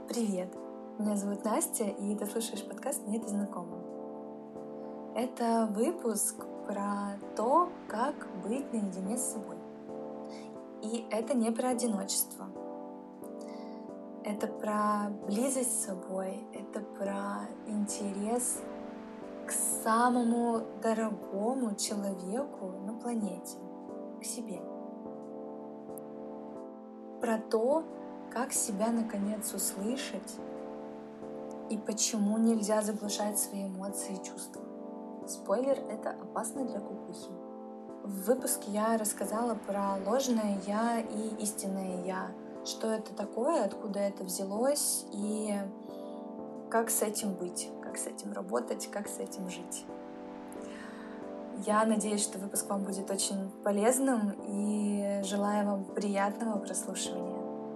Привет! Меня зовут Настя, и ты слушаешь подкаст «Мне это знакомо». Это выпуск про то, как быть наедине с собой. И это не про одиночество. Это про близость с собой, это про интерес к самому дорогому человеку на планете, к себе. Про то, как себя наконец услышать и почему нельзя заглушать свои эмоции и чувства. Спойлер, это опасно для кукухи. В выпуске я рассказала про ложное «я» и истинное «я», что это такое, откуда это взялось и как с этим быть, как с этим работать, как с этим жить. Я надеюсь, что выпуск вам будет очень полезным и желаю вам приятного прослушивания.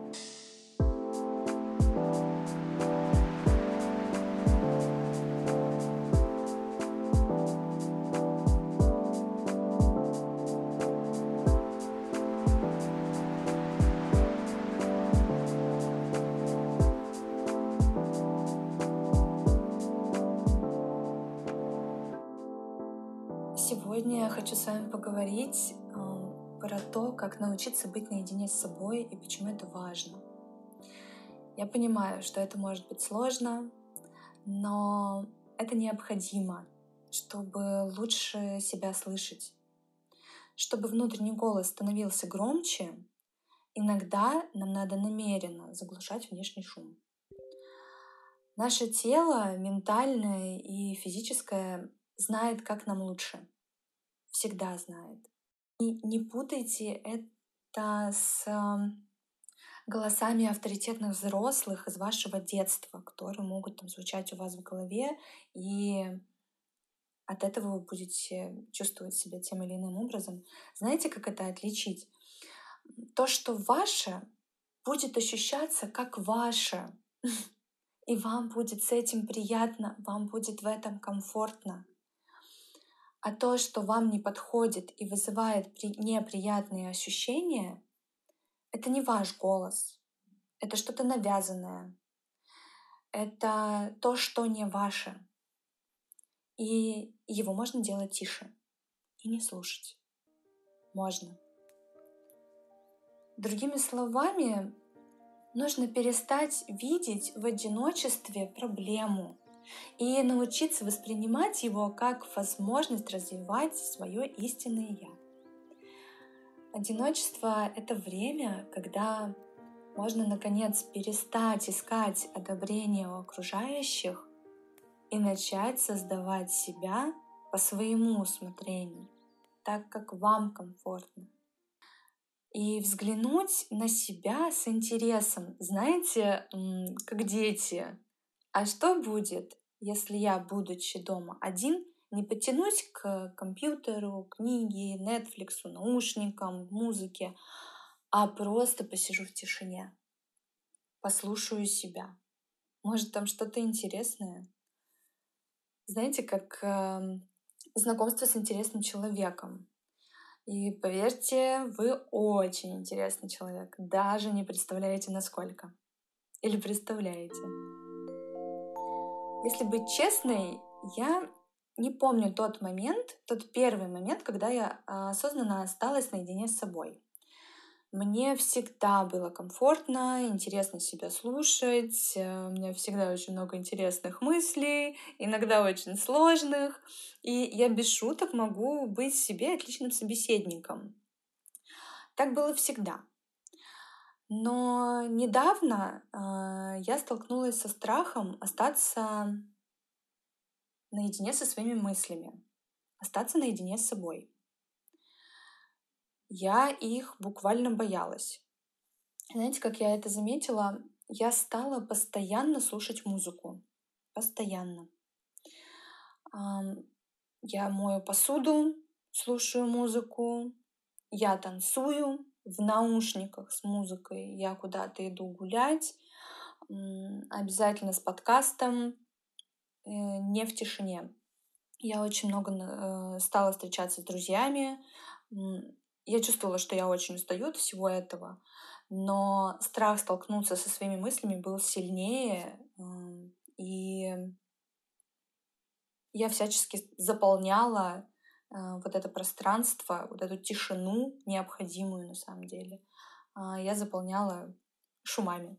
Сегодня я хочу с вами поговорить про то, как научиться быть наедине с собой и почему это важно. Я понимаю, что это может быть сложно, но это необходимо, чтобы лучше себя слышать. Чтобы внутренний голос становился громче, иногда нам надо намеренно заглушать внешний шум. Наше тело, ментальное и физическое, знает, как нам лучше. Всегда знает. И не путайте это с голосами авторитетных взрослых из вашего детства, которые могут там звучать у вас в голове, и от этого вы будете чувствовать себя тем или иным образом. Знаете, как это отличить? То, что ваше, будет ощущаться как ваше. И вам будет с этим приятно, вам будет в этом комфортно. А то, что вам не подходит и вызывает неприятные ощущения, это не ваш голос. Это что-то навязанное. Это то, что не ваше. И его можно делать тише и не слушать. Можно. Другими словами, нужно перестать видеть в одиночестве проблему и научиться воспринимать его как возможность развивать свое истинное «я». Одиночество — это время, когда можно, наконец, перестать искать одобрение у окружающих и начать создавать себя по своему усмотрению, так как вам комфортно. И взглянуть на себя с интересом. Знаете, как дети. А что будет, если я, будучи дома один, не потянусь к компьютеру, книге, Нетфликсу, наушникам, музыке, а просто посижу в тишине, послушаю себя? Может, там что-то интересное? Знаете, как знакомство с интересным человеком. И поверьте, вы очень интересный человек. Даже не представляете, насколько. Или представляете. Если быть честной, я не помню тот первый момент, когда я осознанно осталась наедине с собой. Мне всегда было комфортно, интересно себя слушать, у меня всегда очень много интересных мыслей, иногда очень сложных, и я без шуток могу быть себе отличным собеседником. Так было всегда. Но недавно я столкнулась со страхом остаться наедине со своими мыслями, остаться наедине с собой. Я их буквально боялась. Знаете, как я это заметила? Я стала постоянно слушать музыку. Постоянно. Я мою посуду, слушаю музыку. Я танцую в наушниках с музыкой. Я куда-то иду гулять. Обязательно с подкастом, не в тишине. Я очень много стала встречаться с друзьями. Я чувствовала, что я очень устаю от всего этого, но страх столкнуться со своими мыслями был сильнее, и я всячески заполняла вот это пространство, вот эту тишину, необходимую на самом деле, я заполняла шумами.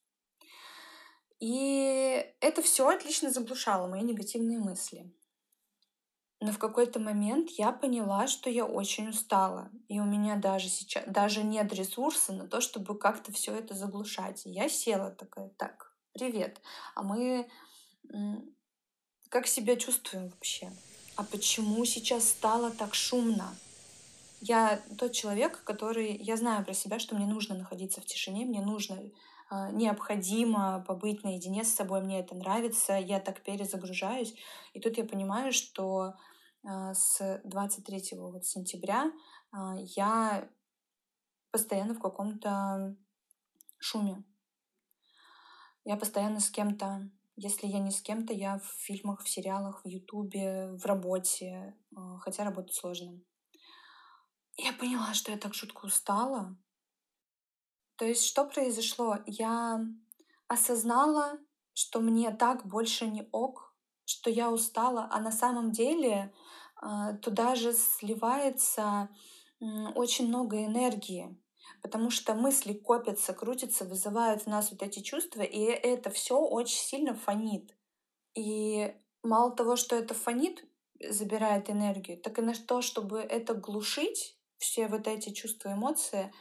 И это все отлично заглушало мои негативные мысли. Но в какой-то момент я поняла, что я очень устала, и у меня даже сейчас даже нет ресурса на то, чтобы как-то все это заглушать. И я села такая: так, привет, а мы как себя чувствуем вообще? А почему сейчас стало так шумно? Я тот человек, который... Я знаю про себя, что мне нужно находиться в тишине, мне нужно, необходимо побыть наедине с собой, мне это нравится, я так перезагружаюсь. И тут я понимаю, что с 23 вот сентября я постоянно в каком-то шуме. Я постоянно с кем-то. Если я не с кем-то, я в фильмах, в сериалах, в Ютубе, в работе, хотя работать сложно. Я поняла, что я так жутко устала. То есть что произошло? Я осознала, что мне так больше не ок, что я устала, а на самом деле туда же сливается очень много энергии, потому что мысли копятся, крутятся, вызывают в нас вот эти чувства, и это все очень сильно фонит. И мало того, что это фонит, забирает энергию, так и на то, чтобы это глушить, все вот эти чувства, эмоции,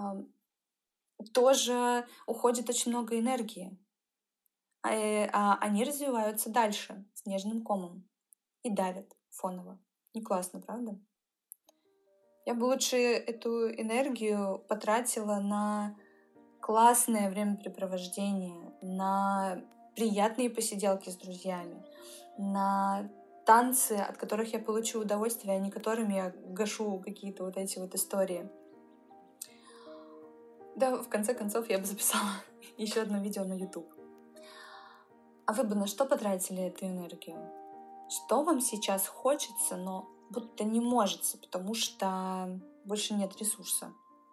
тоже уходит очень много энергии, а они развиваются дальше снежным комом и давят фоново. Не классно, правда? Я бы лучше эту энергию потратила на классное времяпрепровождение, на приятные посиделки с друзьями, на танцы, от которых я получу удовольствие, а не которыми я гашу какие-то вот эти вот истории. Да, в конце концов, я бы записала еще одно видео на YouTube. А вы бы на что потратили эту энергию? Что вам сейчас хочется, но будто не можете, потому что больше нет ресурса?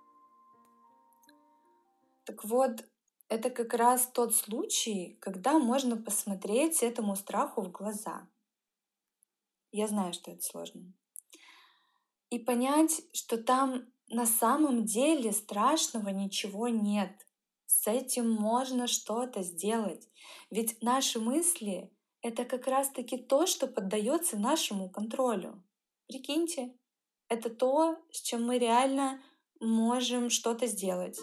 Так вот, это как раз тот случай, когда можно посмотреть этому страху в глаза. Я знаю, что это сложно. И понять, что там на самом деле страшного ничего нет. С этим можно что-то сделать. Ведь наши мысли — это как раз-таки то, что поддается нашему контролю. Прикиньте, это то, с чем мы реально можем что-то сделать.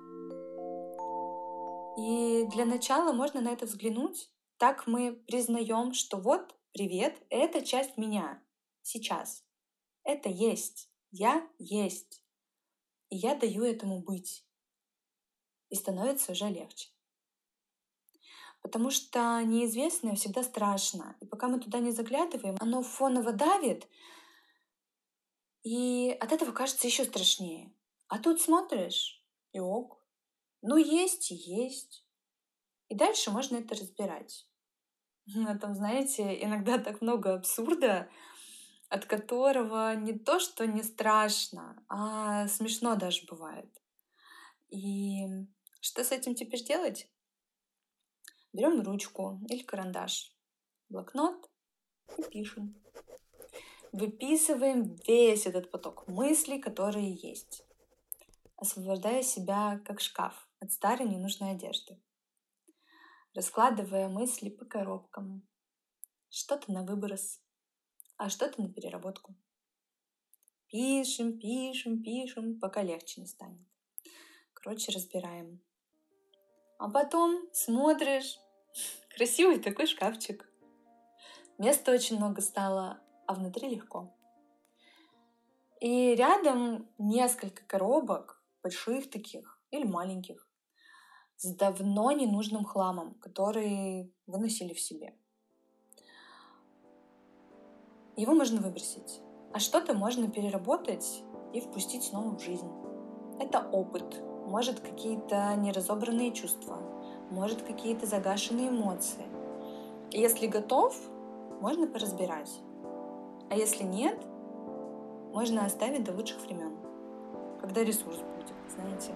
И для начала можно на это взглянуть. Так мы признаем, что вот, привет, это часть меня сейчас. Это есть. Я есть. И я даю этому быть. И становится уже легче. Потому что неизвестное всегда страшно. И пока мы туда не заглядываем, оно фоново давит, и от этого кажется еще страшнее. А тут смотришь, и ок. Ну, есть и есть. И дальше можно это разбирать. Но там, знаете, иногда так много абсурда, от которого не то, что не страшно, а смешно даже бывает. И что с этим теперь делать? Берем ручку или карандаш, блокнот и пишем. Выписываем весь этот поток мыслей, которые есть, освобождая себя как шкаф от старой ненужной одежды, раскладывая мысли по коробкам. Что-то на выброс, а что-то на переработку. Пишем, пишем, пишем, пока легче не станет. Короче, разбираем. А потом смотришь, красивый такой шкафчик. Места очень много стало, а внутри легко. И рядом несколько коробок, больших таких или маленьких, с давно ненужным хламом, который вы носили в себе. Его можно выбросить, а что-то можно переработать и впустить снова в жизнь. Это опыт, может, какие-то неразобранные чувства, может, какие-то загашенные эмоции. И если готов, можно поразбирать. А если нет, можно оставить до лучших времен. когда ресурс будет, знаете.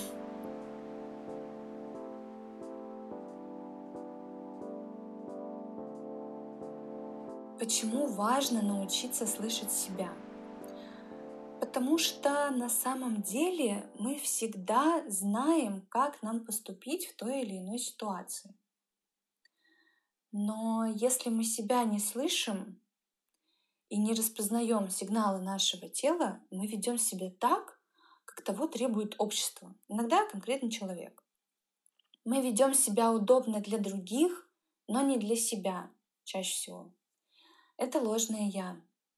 Почему важно научиться слышать себя? Потому что на самом деле мы всегда знаем, как нам поступить в той или иной ситуации. Но если мы себя не слышим и не распознаем сигналы нашего тела, мы ведем себя так, как того требует общество, иногда конкретный человек. Мы ведем себя удобно для других, но не для себя чаще всего. Это ложное я.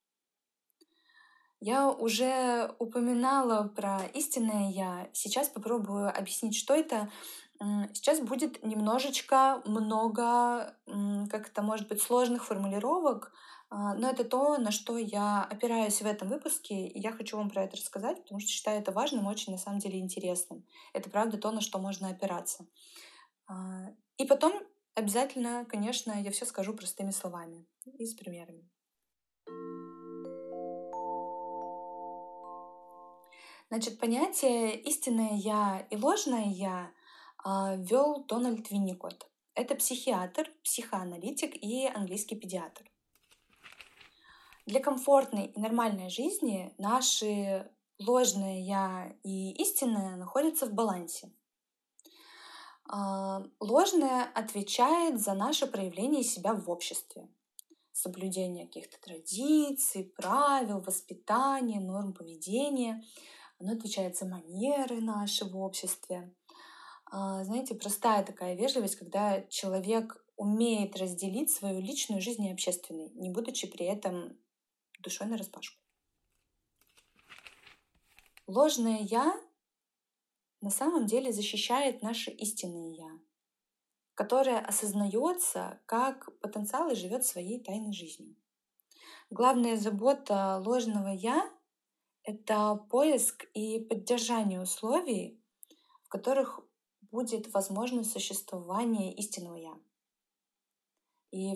Я уже упоминала про истинное я. Сейчас попробую объяснить, что это. Сейчас будет немножечко много, как это может быть, сложных формулировок, но это то, на что я опираюсь в этом выпуске, и я хочу вам про это рассказать, потому что считаю это важным, очень на самом деле интересным. Это правда то, на что можно опираться. И потом обязательно, конечно, я все скажу простыми словами и с примерами. Значит, понятие истинное я и ложное я ввел Дональд Винникот. Это психиатр, психоаналитик и английский педиатр. Для комфортной и нормальной жизни наши ложное я и истинное находятся в балансе. Ложное отвечает за наше проявление себя в обществе. Соблюдение каких-то традиций, правил, воспитания, норм поведения. Оно отвечает за манеры наши в обществе. Знаете, простая такая вежливость, когда человек умеет разделить свою личную жизнь и общественную, не будучи при этом душой нараспашку. Ложное «я» на самом деле защищает наше истинное «я», которое осознается как потенциал и живет своей тайной жизнью. Главная забота ложного «я» — это поиск и поддержание условий, в которых будет возможно существование истинного «я». И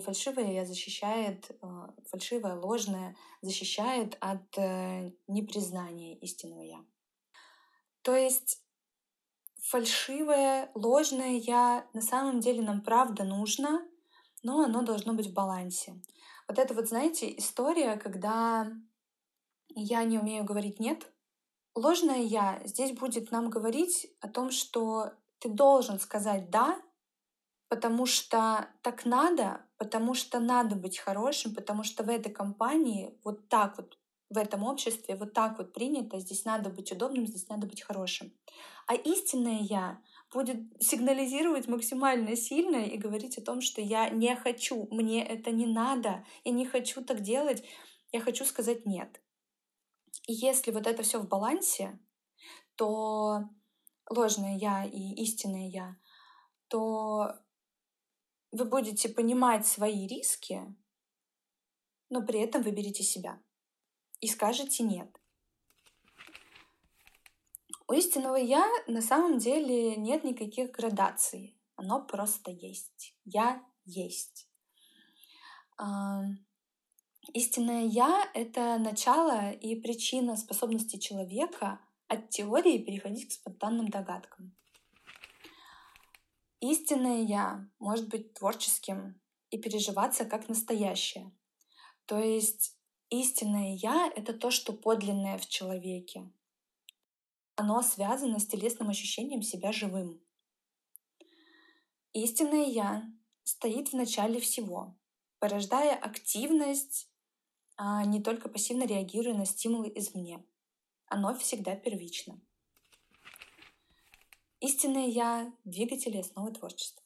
фальшивое, ложное защищает от непризнания истинного «я». То есть фальшивое, ложное «я» на самом деле нам правда нужно, но оно должно быть в балансе. Вот это вот, знаете, история, когда я не умею говорить «нет». Ложное «я» здесь будет нам говорить о том, что ты должен сказать «да», потому что так надо, потому что надо быть хорошим, потому что в этой компании вот так вот, в этом обществе вот так вот принято, здесь надо быть удобным, здесь надо быть хорошим. А истинное «я» будет сигнализировать максимально сильно и говорить о том, что я не хочу, мне это не надо, я не хочу так делать, я хочу сказать «нет». И если вот это все в балансе, то ложное «я» и истинное «я», то вы будете понимать свои риски, но при этом выберете себя и скажете «нет». У истинного «я» на самом деле нет никаких градаций. Оно просто есть. «Я» есть. Истинное «я» — это начало и причина способности человека от теории переходить к спонтанным догадкам. Истинное «я» может быть творческим и переживаться как настоящее. То есть истинное «я» — это то, что подлинное в человеке. Оно связано с телесным ощущением себя живым. Истинное «я» стоит в начале всего, порождая активность, а не только пассивно реагируя на стимулы извне. Оно всегда первично. Истинное «я» — двигатель и основа творчества.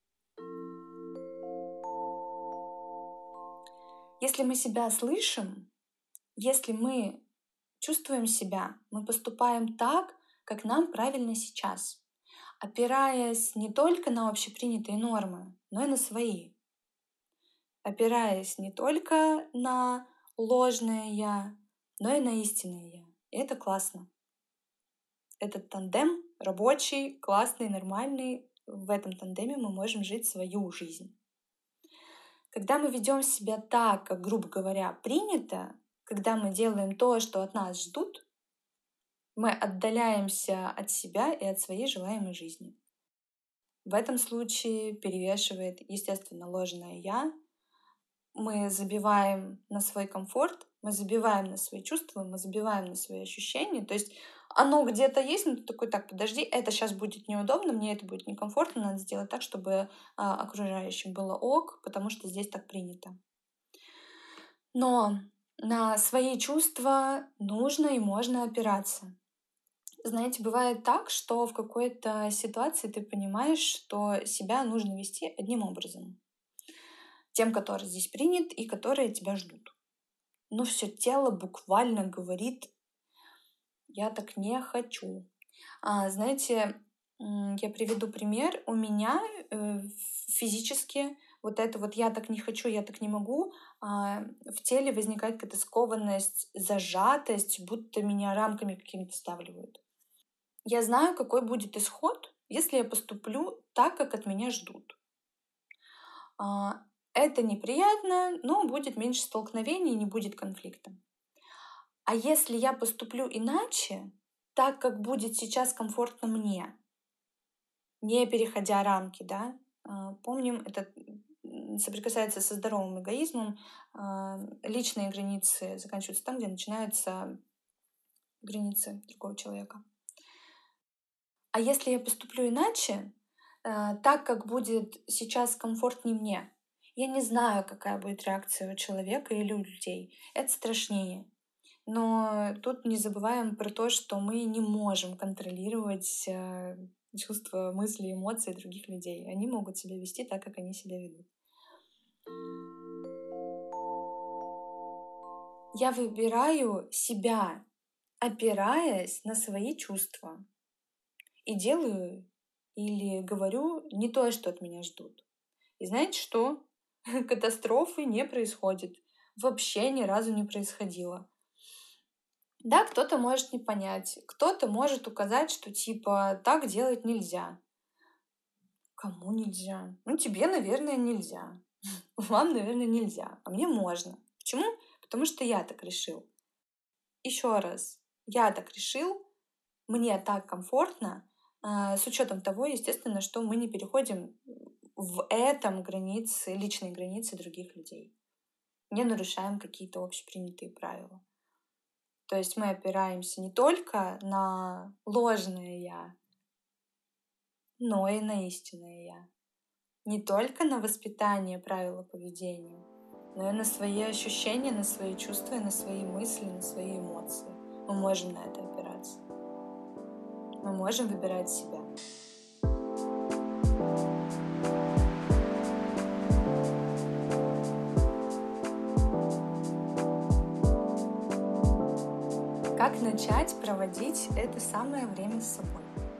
Если мы себя слышим, если мы чувствуем себя, мы поступаем так, как нам правильно сейчас, опираясь не только на общепринятые нормы, но и на свои. Опираясь не только на ложное «я», но и на истинное «я». И это классно. Этот тандем рабочий, классный, нормальный. В этом тандеме мы можем жить свою жизнь. Когда мы ведем себя так, как, грубо говоря, принято, когда мы делаем то, что от нас ждут, мы отдаляемся от себя и от своей желаемой жизни. В этом случае перевешивает, естественно, ложное «я». Мы забиваем на свой комфорт, мы забиваем на свои чувства, мы забиваем на свои ощущения. То есть оно где-то есть, но ты такой: так, подожди, это сейчас будет неудобно, мне это будет некомфортно, надо сделать так, чтобы окружающим было ок, потому что здесь так принято. Но на свои чувства нужно и можно опираться. Знаете, бывает так, что в какой-то ситуации ты понимаешь, что себя нужно вести одним образом, тем, который здесь принят и которые тебя ждут. Но все тело буквально говорит: я так не хочу. Знаете, я приведу пример. У меня физически вот это вот «я так не хочу, я так не могу», в теле возникает какая-то скованность, зажатость, будто меня рамками какими-то ставливают. Я знаю, какой будет исход, если я поступлю так, как от меня ждут. А, Это неприятно, но будет меньше столкновений, не будет конфликта. А если я поступлю иначе, так, как будет сейчас комфортно мне, не переходя рамки, да, помним, это соприкасается со здоровым эгоизмом, личные границы заканчиваются там, где начинаются границы другого человека. А если я поступлю иначе, так, как будет сейчас комфортнее мне, я не знаю, какая будет реакция у человека или у людей. Это страшнее. Но тут не забываем про то, что мы не можем контролировать чувства, мысли, эмоции других людей. Они могут себя вести так, как они себя ведут. Я выбираю себя, опираясь на свои чувства. И делаю или говорю не то, что от меня ждут. И знаете что? Катастрофы не происходит. Вообще ни разу не происходило. Да, кто-то может не понять, кто-то может указать, что типа так делать нельзя. Кому нельзя? Ну, тебе, наверное, нельзя. Вам, наверное, нельзя. А мне можно. Почему? Потому что я так решил. Еще раз. Я так решил, мне так комфортно, с учетом того, естественно, что мы не переходим в этом границы, личные границы других людей. Не нарушаем какие-то общепринятые правила. То есть мы опираемся не только на ложное «я», но и на истинное «я». Не только на воспитание правила поведения, но и на свои ощущения, на свои чувства, на свои мысли, на свои эмоции. Мы можем на это опираться. Мы можем выбирать себя. Как начать проводить это самое время с собой?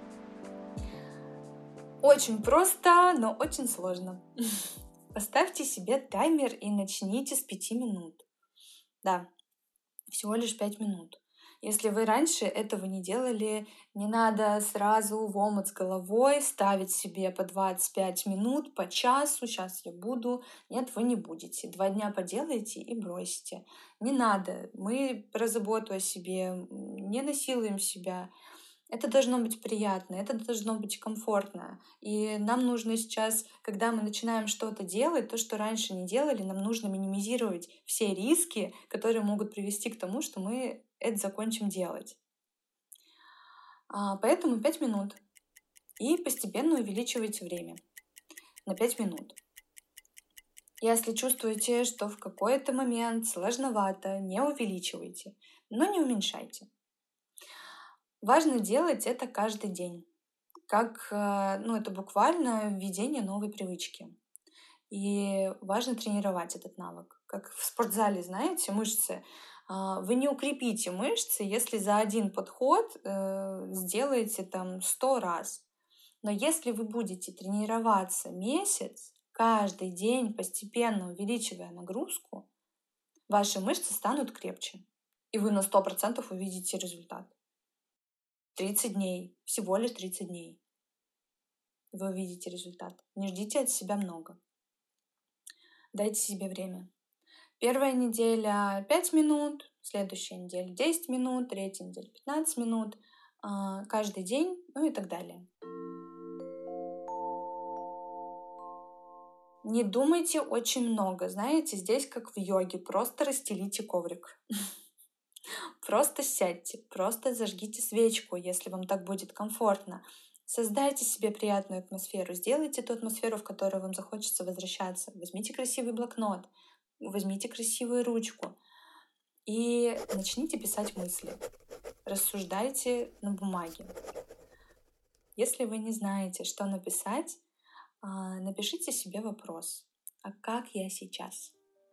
Очень просто, но очень сложно. Поставьте себе таймер и начните с 5 минут. Да, всего лишь 5 минут. Если вы раньше этого не делали, не надо сразу в омут с головой ставить себе по 25 минут, по часу, сейчас я буду. Нет, вы не будете. 2 дня поделаете и бросите. Не надо. Мы про заботу о себе, не насилуем себя. Это должно быть приятно, это должно быть комфортно. И нам нужно сейчас, когда мы начинаем что-то делать, то, что раньше не делали, нам нужно минимизировать все риски, которые могут привести к тому, что мы это закончим делать. Поэтому 5 минут. И постепенно увеличивайте время на 5 минут. Если чувствуете, что в какой-то момент сложновато, не увеличивайте, но не уменьшайте. Важно делать это каждый день. Как, это буквально введение новой привычки. И важно тренировать этот навык. Как в спортзале, знаете, мышцы. Вы не укрепите мышцы, если за один подход сделаете там 100 раз. Но если вы будете тренироваться месяц, каждый день постепенно увеличивая нагрузку, ваши мышцы станут крепче. И вы на 100% увидите результат. 30 дней, всего лишь 30 дней. Вы увидите результат. Не ждите от себя много. Дайте себе время. Первая неделя 5 минут, следующая неделя 10 минут, третья неделя 15 минут, каждый день, ну и так далее. Не думайте очень много, знаете, здесь как в йоге, просто расстелите коврик. Просто сядьте, просто зажгите свечку, если вам так будет комфортно. Создайте себе приятную атмосферу, сделайте ту атмосферу, в которую вам захочется возвращаться. Возьмите красивый блокнот, возьмите красивую ручку и начните писать мысли. Рассуждайте на бумаге. Если вы не знаете, что написать, напишите себе вопрос. А как я сейчас?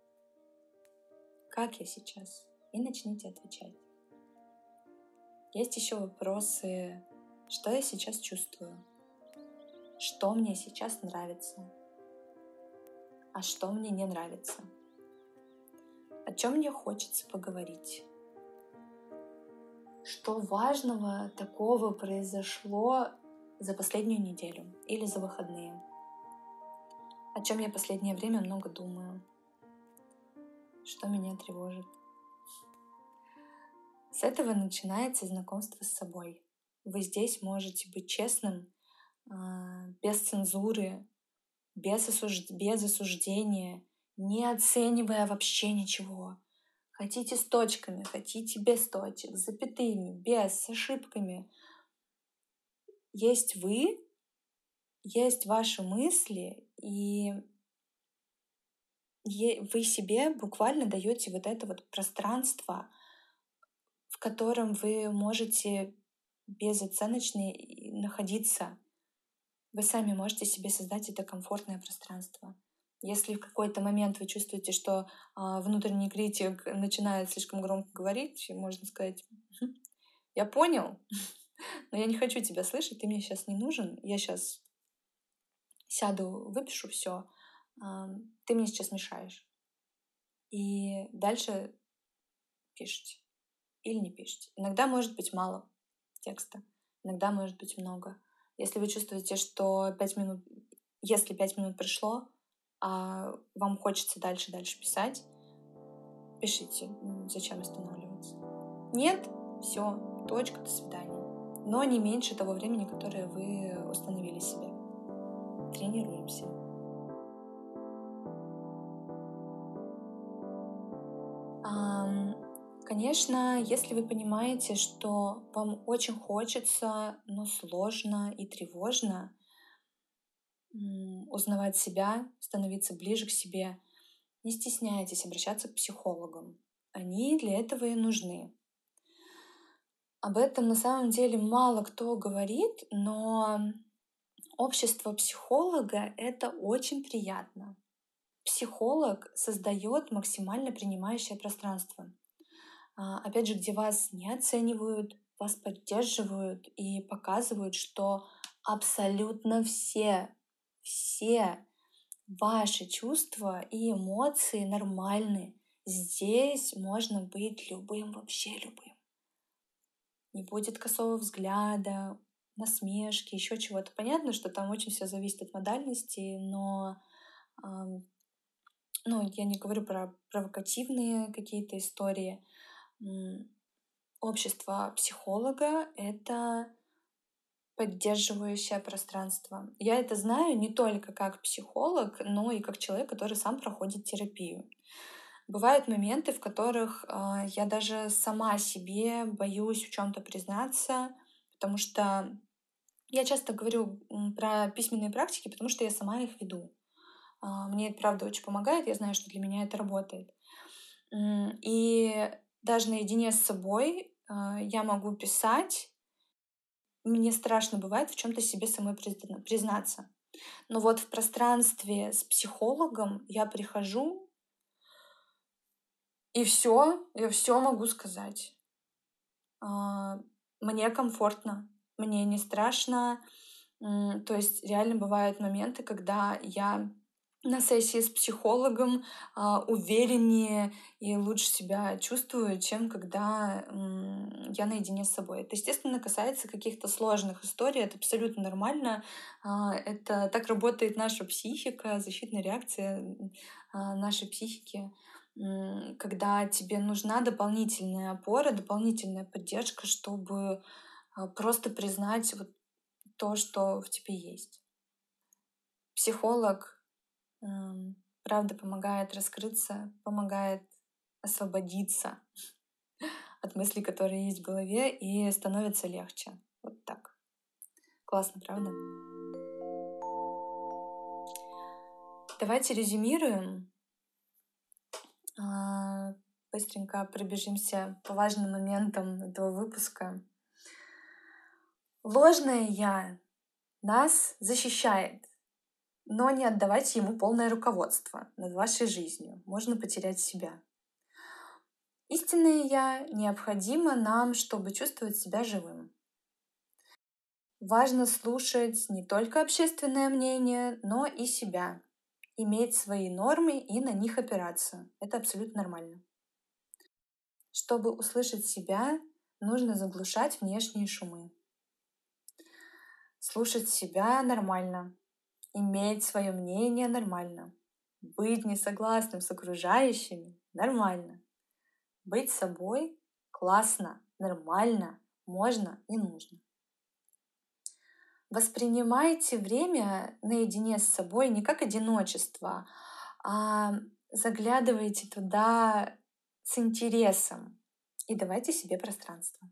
Как я сейчас? И начните отвечать. Есть еще вопросы, что я сейчас чувствую, что мне сейчас нравится, а что мне не нравится, о чем мне хочется поговорить, что важного такого произошло за последнюю неделю или за выходные, о чем я последнее время много думаю, что меня тревожит. С этого начинается знакомство с собой. Вы здесь можете быть честным, без цензуры, без осуждения, не оценивая вообще ничего. Хотите с точками, хотите без точек, с запятыми, без, с ошибками. Есть вы, есть ваши мысли, и вы себе буквально даете вот это вот пространство, в котором вы можете безоценочно находиться. Вы сами можете себе создать это комфортное пространство. Если в какой-то момент вы чувствуете, что внутренний критик начинает слишком громко говорить, можно сказать: я понял, но я не хочу тебя слышать, ты мне сейчас не нужен, я сейчас сяду, выпишу все, ты мне сейчас мешаешь. И дальше пишите или не пишите. Иногда может быть мало текста, иногда может быть много. Если вы чувствуете, что 5 минут, если 5 минут прошло, а вам хочется дальше писать, пишите. Зачем останавливаться? Нет, все, точка, до свидания. Но не меньше того времени, которое вы установили себе. Тренируемся. Конечно, если вы понимаете, что вам очень хочется, но сложно и тревожно узнавать себя, становиться ближе к себе, не стесняйтесь обращаться к психологам. Они для этого и нужны. Об этом на самом деле мало кто говорит, но общество психолога — это очень приятно. Психолог создает максимально принимающее пространство. Опять же, где вас не оценивают, вас поддерживают и показывают, что абсолютно все ваши чувства и эмоции нормальны. Здесь можно быть любым, вообще любым. Не будет косого взгляда, насмешки, еще чего-то. Понятно, что там очень все зависит от модальности, но я не говорю про провокативные какие-то истории. Общество психолога — это поддерживающее пространство. Я это знаю не только как психолог, но и как человек, который сам проходит терапию. Бывают моменты, в которых я даже сама себе боюсь в чем-то признаться, потому что я часто говорю про письменные практики, потому что я сама их веду. Мне это, правда, очень помогает, я знаю, что для меня это работает. И даже наедине с собой я могу писать. Мне страшно бывает в чем-то себе самой признаться. Но вот в пространстве с психологом я прихожу, и я все могу сказать. Мне комфортно, мне не страшно. То есть реально бывают моменты, когда я на сессии с психологом увереннее и лучше себя чувствую, чем когда я наедине с собой. Это, естественно, касается каких-то сложных историй, это абсолютно нормально. Это так работает наша психика, защитная реакция нашей психики. когда тебе нужна дополнительная опора, дополнительная поддержка, чтобы просто признать вот то, что в тебе есть. Психолог, правда, помогает раскрыться, помогает освободиться от мыслей, которые есть в голове, и становится легче. Вот так. Классно, правда? Давайте резюмируем. Быстренько пробежимся по важным моментам этого выпуска. Ложное «я» нас защищает, но не отдавайте ему полное руководство над вашей жизнью. Можно потерять себя. Истинное «я» необходимо нам, чтобы чувствовать себя живым. Важно слушать не только общественное мнение, но и себя. Иметь свои нормы и на них опираться. Это абсолютно нормально. Чтобы услышать себя, нужно заглушать внешние шумы. Слушать себя нормально. Иметь свое мнение нормально. Быть несогласным с окружающими нормально. Быть собой классно, нормально, можно и нужно. Воспринимайте время наедине с собой не как одиночество, а заглядывайте туда с интересом и давайте себе пространство.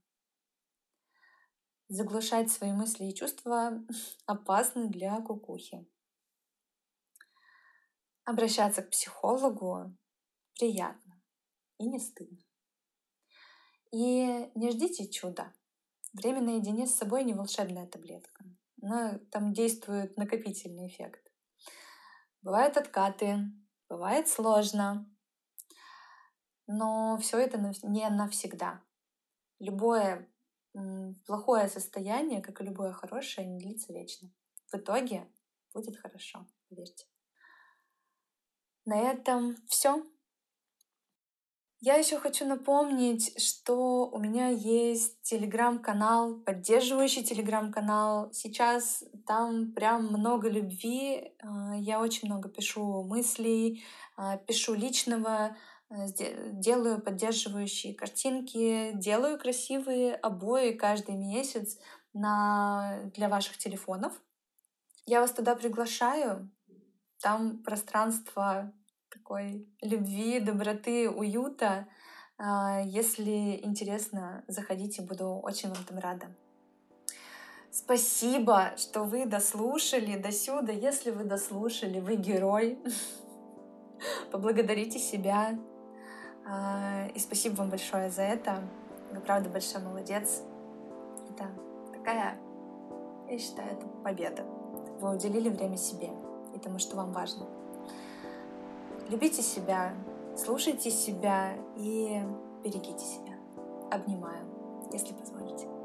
Заглушать свои мысли и чувства опасно для кукухи. Обращаться к психологу приятно и не стыдно. И не ждите чуда. Время наедине с собой не волшебная таблетка. Но там действует накопительный эффект. Бывают откаты, бывает сложно, но все это не навсегда. Любое плохое состояние, как и любое хорошее, не длится вечно. В итоге будет хорошо, поверьте. На этом все. Я еще хочу напомнить, что у меня есть телеграм-канал, поддерживающий телеграм-канал. Сейчас там прям много любви. Я очень много пишу мыслей, пишу личного, делаю поддерживающие картинки, делаю красивые обои каждый месяц для ваших телефонов. Я вас туда приглашаю. Там пространство такой любви, доброты, уюта. Если интересно, заходите, буду очень вам там рада. Спасибо, что вы дослушали до сюда. Если вы дослушали, вы герой. Поблагодарите себя. И спасибо вам большое за это. Вы правда большой молодец. Это такая, я считаю, это победа. Вы уделили время себе и тому, что вам важно. Любите себя, слушайте себя и берегите себя. Обнимаю, если позволите.